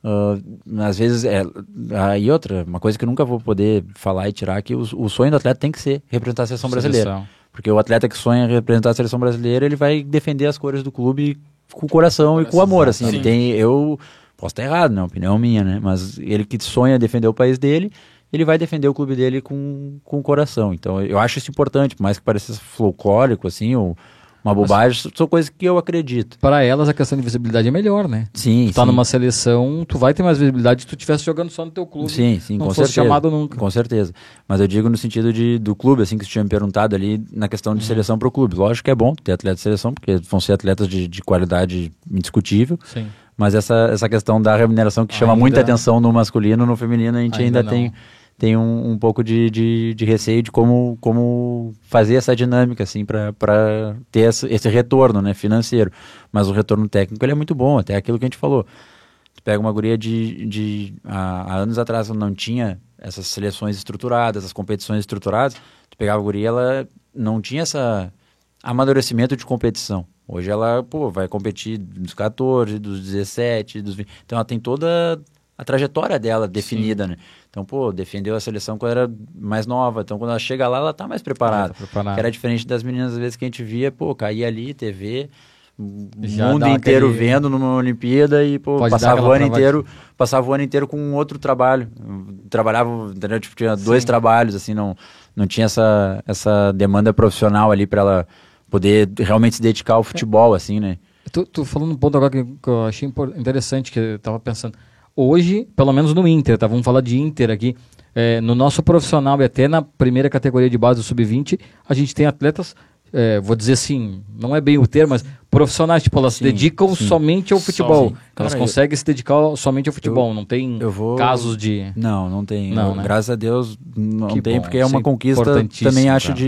S3: às vezes, aí uma coisa que eu nunca vou poder falar e tirar, que o sonho do atleta tem que ser representar a seleção brasileira. Porque o atleta que sonha em representar a seleção brasileira, ele vai defender as cores do clube com o coração e com o amor, assim. Eu posso estar errado, né? Opinião minha, né? Mas ele que sonha defender o país dele, ele vai defender o clube dele com o coração. Então, eu acho isso importante, por mais que pareça folclórico, assim, ou uma bobagem, são coisas que eu acredito.
S2: Para elas, a questão de visibilidade é melhor, né?
S3: Sim,
S2: tu tá numa seleção, tu vai ter mais visibilidade se tu estivesse jogando só no teu clube.
S3: Sim,
S2: não
S3: com
S2: fosse
S3: certeza.
S2: chamado nunca.
S3: Com certeza. Mas eu digo no sentido do clube, assim, que você tinha me perguntado ali, na questão de seleção pro clube. Lógico que é bom ter atleta de seleção, porque vão ser atletas de qualidade indiscutível.
S2: Sim.
S3: Mas essa questão da remuneração que chama muita atenção no masculino, no feminino, a gente ainda tem um pouco de receio de como fazer essa dinâmica, assim, para ter esse retorno, né, financeiro. Mas o retorno técnico, ele é muito bom, até aquilo que a gente falou. Tu pega uma guria há anos atrás, não tinha essas seleções estruturadas, as competições estruturadas, tu pegava a guria, ela não tinha esse amadurecimento de competição. Hoje ela, vai competir dos 14, dos 17, dos 20. Então ela tem toda a trajetória dela definida, né? Então, defendeu a seleção quando era mais nova. Então, quando ela chega lá, ela tá mais preparada. Que era diferente das meninas, às vezes, que a gente via, caía ali, TV, o mundo inteiro vendo numa Olimpíada e, passava o ano inteiro com outro trabalho. Trabalhava, entendeu? Tipo, tinha 2 trabalhos, assim, não tinha essa demanda profissional ali para ela poder realmente se dedicar ao futebol, assim, né?
S2: Tu falando um ponto agora que eu achei interessante, que eu tava pensando. Hoje, pelo menos no Inter, tá? Vamos falar de Inter aqui. No nosso profissional e até na primeira categoria de base do Sub-20, a gente tem atletas, vou dizer assim, não é bem o termo, mas profissionais, tipo, elas se dedicam somente ao futebol. Elas conseguem se dedicar somente ao futebol, não tem casos de...
S3: Não tem.
S2: Não, né?
S3: Graças a Deus não
S2: Que
S3: tem,
S2: bom,
S3: porque é uma conquista, também acho,
S2: cara.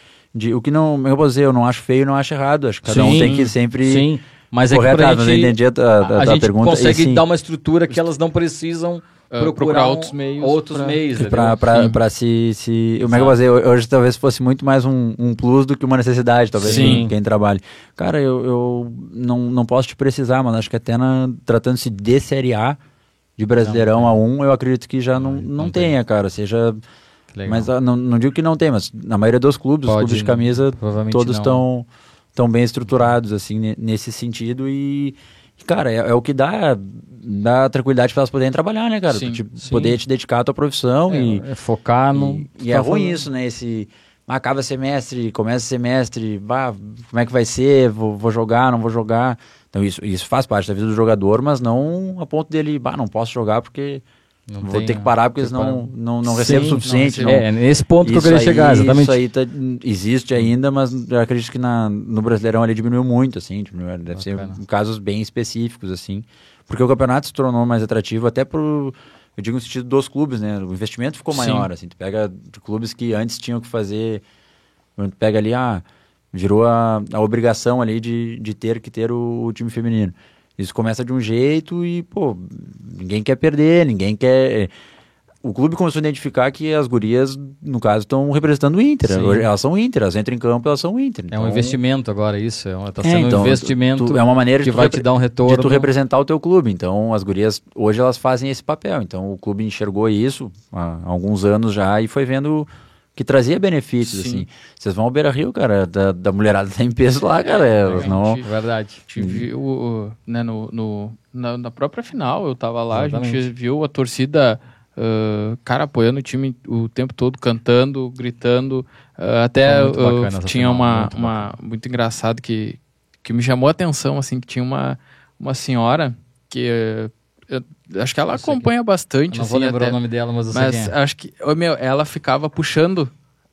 S3: de o que não, eu vou dizer, eu não acho feio, não acho errado. Acho que cada um tem que sempre...
S2: Sim. Mas
S3: correr atrás, mas eu entendi a
S2: gente
S3: pergunta.
S2: Consegue dar uma estrutura que elas não precisam procurar outros meios.
S3: Para se como é que eu vou dizer? Hoje talvez fosse muito mais um plus do que uma necessidade, talvez, quem trabalhe. Cara, eu não posso te precisar, mas acho que até tratando-se de Série A, de Brasileirão A1, eu acredito que já não tenha, cara. Seja... Mas não digo que não tem, mas na maioria dos clubes, os clubes de camisa, todos estão bem estruturados, assim, nesse sentido, e cara, é o que dá tranquilidade para elas poderem trabalhar, né, cara? Poder te dedicar à tua profissão
S2: focar no...
S3: E é ruim isso, né, acaba semestre, começa semestre, como é que vai ser, vou jogar, não vou jogar. Então isso faz parte da vida do jogador, mas não a ponto dele, não posso jogar porque... Vou ter que parar porque senão não recebo o suficiente.
S2: Nesse ponto que eu queria chegar, exatamente.
S3: Isso aí existe ainda, mas eu acredito que no Brasileirão ele diminuiu muito, assim, deve ser casos bem específicos, assim, porque o campeonato se tornou mais atrativo até eu digo no sentido dos clubes, né, o investimento ficou maior, assim, tu pega de clubes que antes tinham que fazer, tu pega ali, virou a obrigação ali de ter o time feminino. Isso começa de um jeito e, ninguém quer perder, ninguém quer... O clube começou a identificar que as gurias, no caso, estão representando o Inter. Elas são Inter, elas entram em campo, elas são Inter.
S2: Então... É um investimento agora, isso. Está sendo um investimento
S3: é uma maneira
S2: que vai te dar um retorno.
S3: De tu representar o teu clube. Então, as gurias, hoje, elas fazem esse papel. Então, o clube enxergou isso há alguns anos já e foi vendo... que trazia benefícios, assim. Vocês vão ao Beira-Rio, cara, da mulherada tá em peso lá, cara. Elas não...
S2: Verdade.
S1: A gente viu, né, na própria final, eu tava lá, exatamente. A gente viu a torcida, cara, apoiando o time o tempo todo, cantando, gritando. Até tinha muito engraçado que me chamou a atenção, assim, que tinha uma senhora que... acho que ela acompanha bastante.
S2: Não vou lembrar o nome dela, mas eu sei quem é.
S1: Acho que ela ficava puxando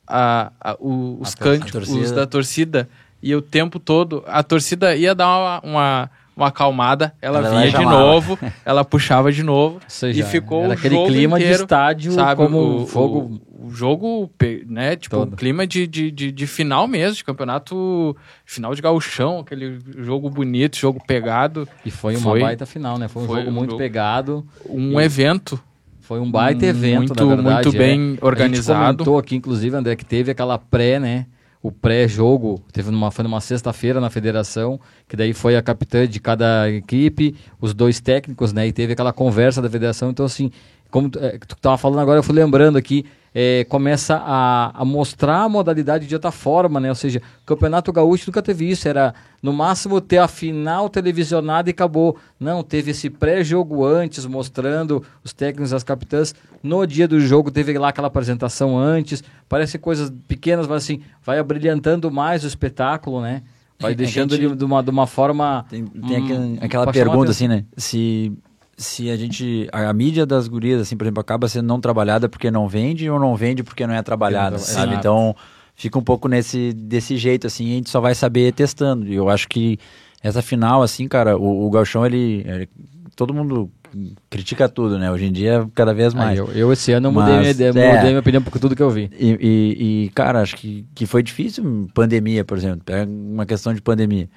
S1: os cânticos da torcida e o tempo todo a torcida ia dar uma acalmada, ela vinha de novo, ela puxava de novo, e ficou
S2: era aquele clima
S1: inteiro,
S2: de estádio, sabe, como
S1: o jogo, né, tipo, o clima de final mesmo, de campeonato, final de gauchão, aquele jogo bonito, jogo pegado.
S2: E foi uma baita final, né? Foi um jogo muito pegado.
S1: Evento.
S2: Foi um baita evento, na verdade.
S1: Muito bem organizado.
S2: A gente comentou aqui, inclusive, André, que teve aquela né? O pré-jogo, foi numa sexta-feira na federação, que daí foi a capitã de cada equipe, os 2 técnicos, né? E teve aquela conversa da federação. Então, assim, como tu estava falando agora, eu fui lembrando aqui, começa a mostrar a modalidade de outra forma, né? Ou seja, o Campeonato Gaúcho nunca teve isso, era no máximo ter a final televisionada e acabou. Não, teve esse pré-jogo antes, mostrando os técnicos, as capitãs. No dia do jogo teve lá aquela apresentação antes, parece coisas pequenas, mas assim, vai abrilhantando mais o espetáculo, né? Vai deixando ele de uma forma...
S3: Tem aquela pergunta assim, né? Se a mídia das gurias, assim, por exemplo, acaba sendo não trabalhada porque não vende ou não vende porque não é trabalhada, sabe?
S2: Exato.
S3: Então, fica um pouco desse jeito, assim, a gente só vai saber testando. E eu acho que essa final, assim, cara, o gauchão, todo mundo critica tudo, né? Hoje em dia, cada vez mais.
S2: Eu esse ano mudei minha ideia, mudei minha opinião por tudo que eu vi.
S3: E cara, acho que foi difícil, pandemia, por exemplo, é uma questão de pandemia.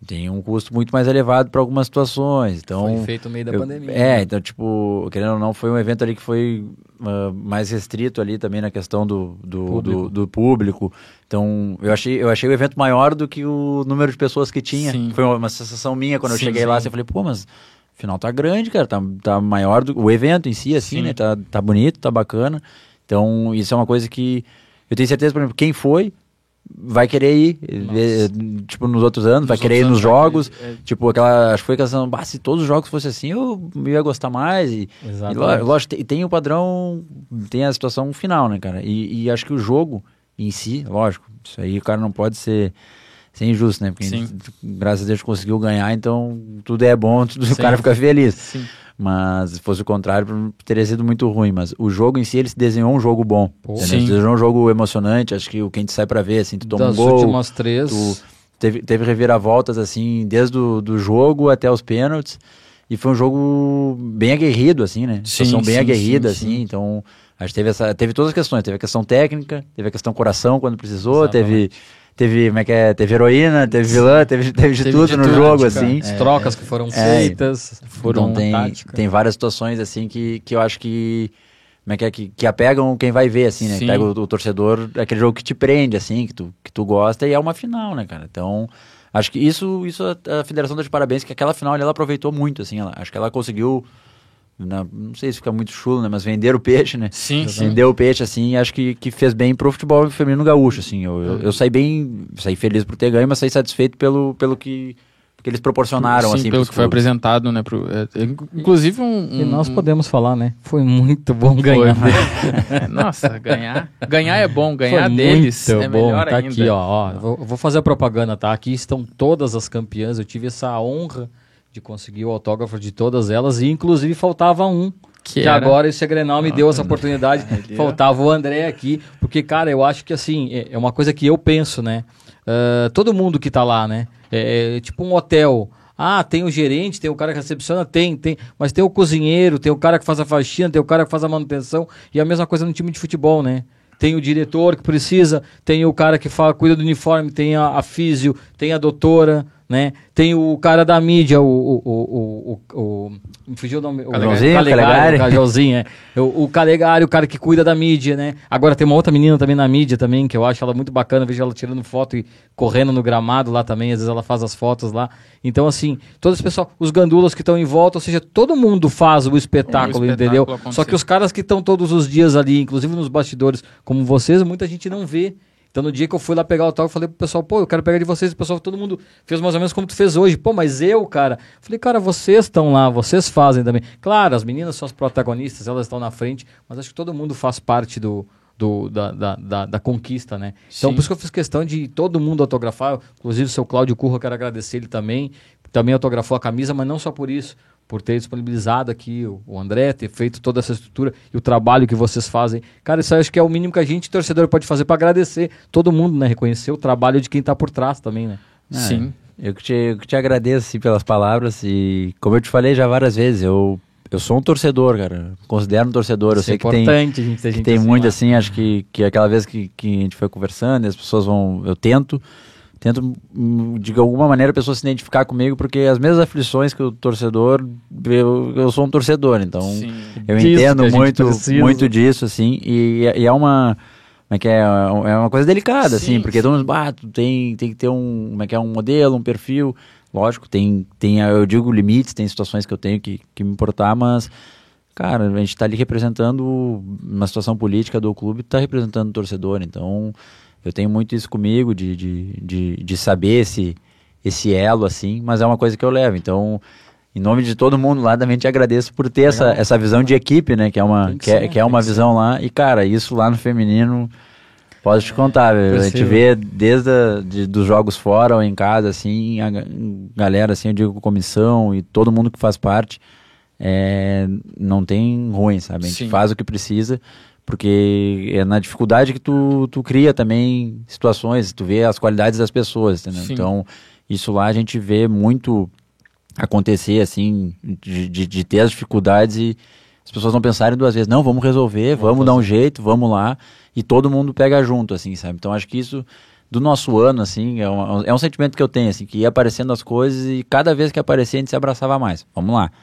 S3: tem um custo muito mais elevado para algumas situações. Então,
S2: foi feito no meio da pandemia.
S3: Então, tipo, querendo ou não, foi um evento ali que foi mais restrito ali também na questão do público. Então, eu achei o evento maior do que o número de pessoas que tinha.
S1: Sim.
S3: Foi uma sensação minha quando eu cheguei lá, assim, eu falei, pô, mas o final tá grande, cara, tá maior do o evento em si, assim, né? Tá bonito, tá bacana. Então, isso é uma coisa que eu tenho certeza, por exemplo, quem foi vai querer ir, tipo, nos outros anos, vai querer ir nos jogos, tipo, acho que foi aquela, se todos os jogos fossem assim, eu ia gostar mais, e lógico, tem o padrão, tem a situação final, né, cara, e acho que o jogo em si, lógico, isso aí o cara não pode ser injusto, né, porque a gente, graças a Deus, conseguiu ganhar, então tudo é bom, o cara fica feliz. Sim. Mas se fosse o contrário, teria sido muito ruim. Mas o jogo em si, ele se desenhou um jogo bom. Ele desenhou um jogo emocionante. Acho que o que a gente sai pra ver, assim, tu toma um gol. Das últimas 3. Teve reviravoltas, assim, desde do jogo até os pênaltis. E foi um jogo bem aguerrido, assim, né? Situação bem aguerrida, assim. Então, acho que teve todas as questões. Teve a questão técnica, teve a questão coração quando precisou, teve heroína, teve vilã, teve de tudo no jogo, assim.
S2: As trocas que foram feitas, foram
S3: tem várias situações, assim, que eu acho que que apegam quem vai ver, assim, né? Pega o torcedor, aquele jogo que te prende, assim, que tu gosta, e é uma final, né, cara? Então, acho que isso a Federação dá de parabéns, que aquela final ali, ela aproveitou muito, assim, acho que ela conseguiu... não sei se fica muito chulo, né? Mas vender o peixe, né? Vender o peixe, assim, acho que fez bem pro futebol feminino gaúcho, assim. Eu saí feliz por ter ganho, mas saí satisfeito pelo que eles proporcionaram, assim,
S1: pelo que foi apresentado, né? Inclusive
S2: E nós podemos falar, né? Foi muito bom ganhar.
S1: Nossa, ganhar é bom, ganhar deles é melhor
S2: tá
S1: ainda.
S2: Aqui, ó, vou fazer a propaganda, tá? Aqui estão todas as campeãs, eu tive essa honra de conseguir o autógrafo de todas elas, e inclusive faltava um, que agora esse Grenal me deu essa oportunidade, faltava o André aqui, porque, cara, eu acho que, assim, é uma coisa que eu penso, né, todo mundo que tá lá, né, é tipo um hotel, tem o gerente, tem o cara que recepciona, tem, mas tem o cozinheiro, tem o cara que faz a faxina, tem o cara que faz a manutenção, e a mesma coisa no time de futebol, né. Tem o diretor que precisa, tem o cara que cuida do uniforme, tem a físio, tem a doutora, né? Tem o cara da mídia, me fugiu o nome, o Calegari, o Calegari, o cara que cuida da mídia, né? Agora tem uma outra menina também na mídia também, que eu acho ela muito bacana, vejo ela tirando foto e correndo no gramado lá também, às vezes ela faz as fotos lá. Então, assim, todo esse pessoal, os gandulas que estão em volta, ou seja, todo mundo faz o espetáculo, entendeu? Acontecer. Só que os caras que estão todos os dias ali, inclusive nos bastidores, como vocês, muita gente não vê. Então, no dia que eu fui lá pegar o autógrafo, eu falei pro pessoal, pô, eu quero pegar de vocês. O pessoal, todo mundo fez mais ou menos como tu fez hoje. Pô, mas eu, cara... Falei, cara, vocês estão lá, vocês fazem também. Claro, as meninas são as protagonistas, elas estão na frente, mas acho que todo mundo faz parte da conquista, né? Então, por isso que eu fiz questão de todo mundo autografar. Inclusive, o seu Cláudio Curro, eu quero agradecer ele também. Também autografou a camisa, mas não só por isso. Por ter disponibilizado aqui o André, ter feito toda essa estrutura e o trabalho que vocês fazem. Cara, isso eu acho que é o mínimo que a gente, torcedor, pode fazer para agradecer todo mundo, né? Reconhecer o trabalho de quem tá por trás também, né?
S3: Sim. Eu que te agradeço, assim, pelas palavras, e como eu te falei já várias vezes, eu sou um torcedor, cara. Considero um torcedor. Eu sei que tem muito, assim, acho que aquela vez que a gente foi conversando, e as pessoas eu tento de alguma maneira a pessoa se identificar comigo, porque as mesmas aflições que o torcedor, eu sou um torcedor, então eu entendo muito disso, assim, e é uma é uma coisa delicada, assim, porque todo mundo, tu tem que ter um modelo, um perfil, lógico, tem eu digo limites, tem situações que eu tenho que me importar, mas cara, a gente tá ali representando uma situação política do clube, tá representando o torcedor, então eu tenho muito isso comigo, de saber esse elo, assim, mas é uma coisa que eu levo. Então, em nome de todo mundo lá, também te agradeço por ter essa visão de equipe, né? Que é uma visão lá. E, cara, isso lá no feminino, posso te contar, a gente vê desde dos jogos fora ou em casa, assim, a galera, assim, eu digo comissão e todo mundo que faz parte, não tem ruim, sabe? A gente faz o que precisa, porque é na dificuldade que tu cria também situações, tu vê as qualidades das pessoas, entendeu? Então, isso lá a gente vê muito acontecer, assim, de ter as dificuldades e as pessoas não pensarem duas vezes, não, vamos resolver, vamos dar um jeito, vamos lá, e todo mundo pega junto, assim, sabe? Então, acho que isso, do nosso ano, assim, é um sentimento que eu tenho, assim, que ia aparecendo as coisas e cada vez que aparecia a gente se abraçava mais. Vamos lá.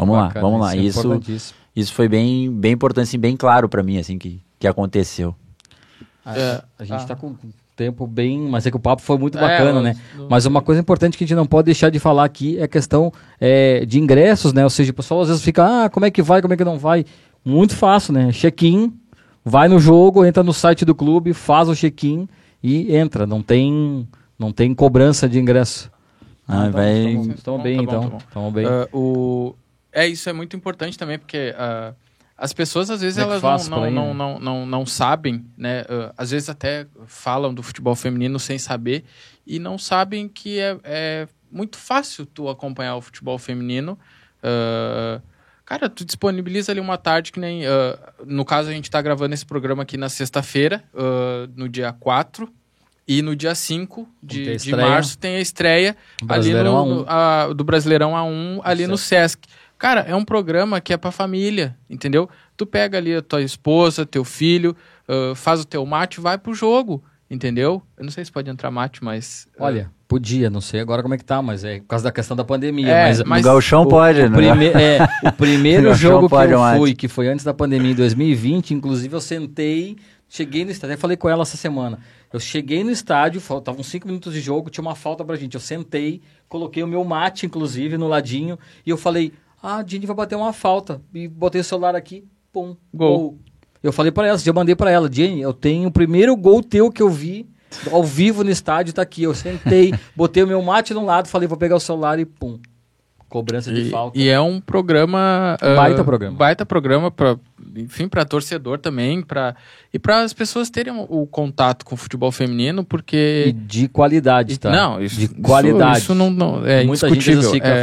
S3: Isso foi bem importante, assim, bem claro para mim, assim, que aconteceu.
S2: A gente tá com tempo bem... Mas é que o papo foi muito bacana, né? Mas uma coisa importante que a gente não pode deixar de falar aqui é a questão de ingressos, né? Ou seja, o pessoal às vezes fica, como é que vai, como é que não vai? Muito fácil, né? Check-in, vai no jogo, entra no site do clube, faz o check-in e entra. Não tem cobrança de ingresso. Estamos bem, então. Estamos bem.
S1: Isso é muito importante também, porque... as pessoas, às vezes, elas não sabem, né? Às vezes até falam do futebol feminino sem saber e não sabem que é muito fácil tu acompanhar o futebol feminino. Cara, tu disponibiliza ali uma tarde que nem... no caso, a gente tá gravando esse programa aqui na sexta-feira, no dia 4, e no dia 5 de março tem a estreia do Brasileirão A1 ali no Sesc. Cara, é um programa que é pra família, entendeu? Tu pega ali a tua esposa, teu filho, faz o teu mate, vai pro jogo, entendeu? Eu não sei se pode entrar mate, mas...
S2: Olha, podia, não sei agora como é que tá, mas é por causa da questão da pandemia.
S3: Mas o Gauchão pode, né?
S2: O primeiro jogo que eu fui, que foi antes da pandemia, em 2020, inclusive eu cheguei no estádio, até falei com ela essa semana. Eu cheguei no estádio, faltavam 5 minutos de jogo, tinha uma falta pra gente. Eu sentei, coloquei o meu mate, inclusive, no ladinho, e eu falei... a Jenny vai bater uma falta. E botei o celular aqui, pum, gol. Eu falei pra ela, já mandei pra ela, Jenny, eu tenho o primeiro gol teu que eu vi ao vivo no estádio, tá aqui. Eu sentei, botei o meu mate no lado, falei, vou pegar o celular e pum. Cobrança de falta.
S1: E é um programa... Baita programa, pra torcedor também, e para as pessoas terem o contato com o futebol feminino, porque...
S2: E de qualidade, tá?
S1: Não,
S2: de qualidade.
S1: Isso não é
S2: muita
S1: indiscutível.
S2: Gente fica,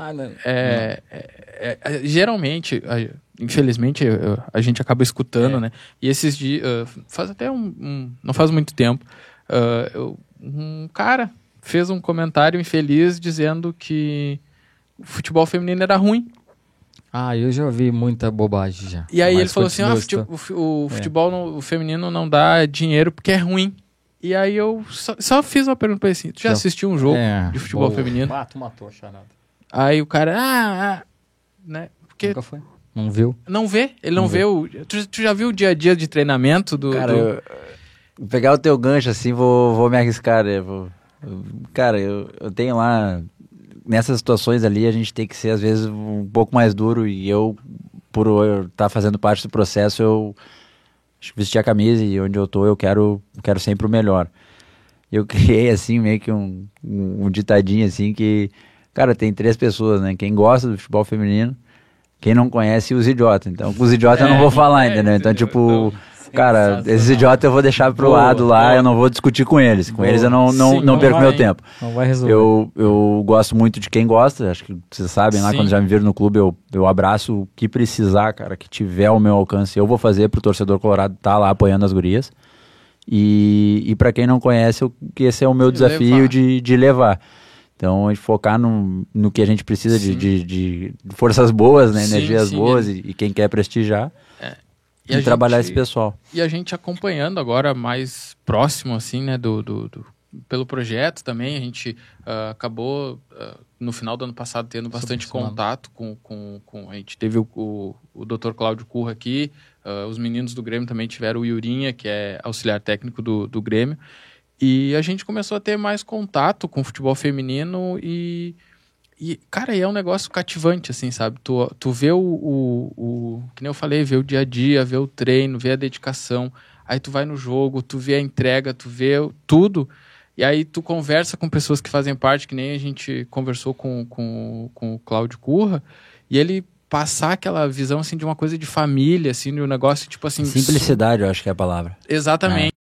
S1: geralmente, infelizmente, a gente acaba escutando, né? E esses dias, faz até não faz muito tempo, um cara fez um comentário infeliz dizendo que o futebol feminino era ruim.
S2: Eu já vi muita bobagem já.
S1: E aí ele falou assim, o futebol feminino não dá dinheiro porque é ruim. E aí eu só fiz uma pergunta pra ele assim, tu já assistiu um jogo de futebol feminino?
S2: Tu matou a charada.
S1: Aí o cara, né? Porque
S2: nunca foi. Não viu?
S1: Não vê, ele não vê tu já viu o dia a dia de treinamento do...
S3: Cara, pegar o teu gancho assim, vou me arriscar, né? Cara, eu tenho lá... Nessas situações ali, a gente tem que ser, às vezes, um pouco mais duro. E por eu estar fazendo parte do processo, eu vestir a camisa e onde eu tô, eu quero sempre o melhor. Eu criei, assim, meio que um ditadinho, assim, que... Cara, tem 3 pessoas, né? Quem gosta do futebol feminino, quem não conhece, os idiotas. Então, com os idiotas eu não vou falar, entendeu? Então, tipo... Cara, esses idiotas eu vou deixar pro lado lá, eu não vou discutir com eles. Com eles eu não perco meu tempo.
S2: Não vai resolver.
S3: Eu gosto muito de quem gosta, acho que vocês sabem lá, quando já me viram no clube, eu abraço o que precisar, cara, que tiver ao meu alcance, eu vou fazer pro torcedor colorado estar lá apoiando as gurias. E pra quem não conhece, que esse é o meu desafio de levar. Então, a gente focar no que a gente precisa de forças boas, né, energias boas e quem quer prestigiar. E trabalhar esse pessoal.
S1: E a gente acompanhando agora mais próximo, assim, né, pelo projeto também, a gente acabou, no final do ano passado, tendo bastante contato com a gente teve o Dr. Cláudio Curra aqui, os meninos do Grêmio também tiveram o Yurinha, que é auxiliar técnico do Grêmio, e a gente começou a ter mais contato com o futebol feminino e cara, é um negócio cativante, assim, sabe? Tu vê que nem eu falei, vê o dia a dia, vê o treino, vê a dedicação. Aí tu vai no jogo, tu vê a entrega, tu vê tudo. E aí tu conversa com pessoas que fazem parte, que nem a gente conversou com o Cláudio Curra. E ele passar aquela visão, assim, de uma coisa de família, assim, de um negócio, tipo assim...
S3: Simplicidade, eu acho que é a palavra.
S1: Exatamente.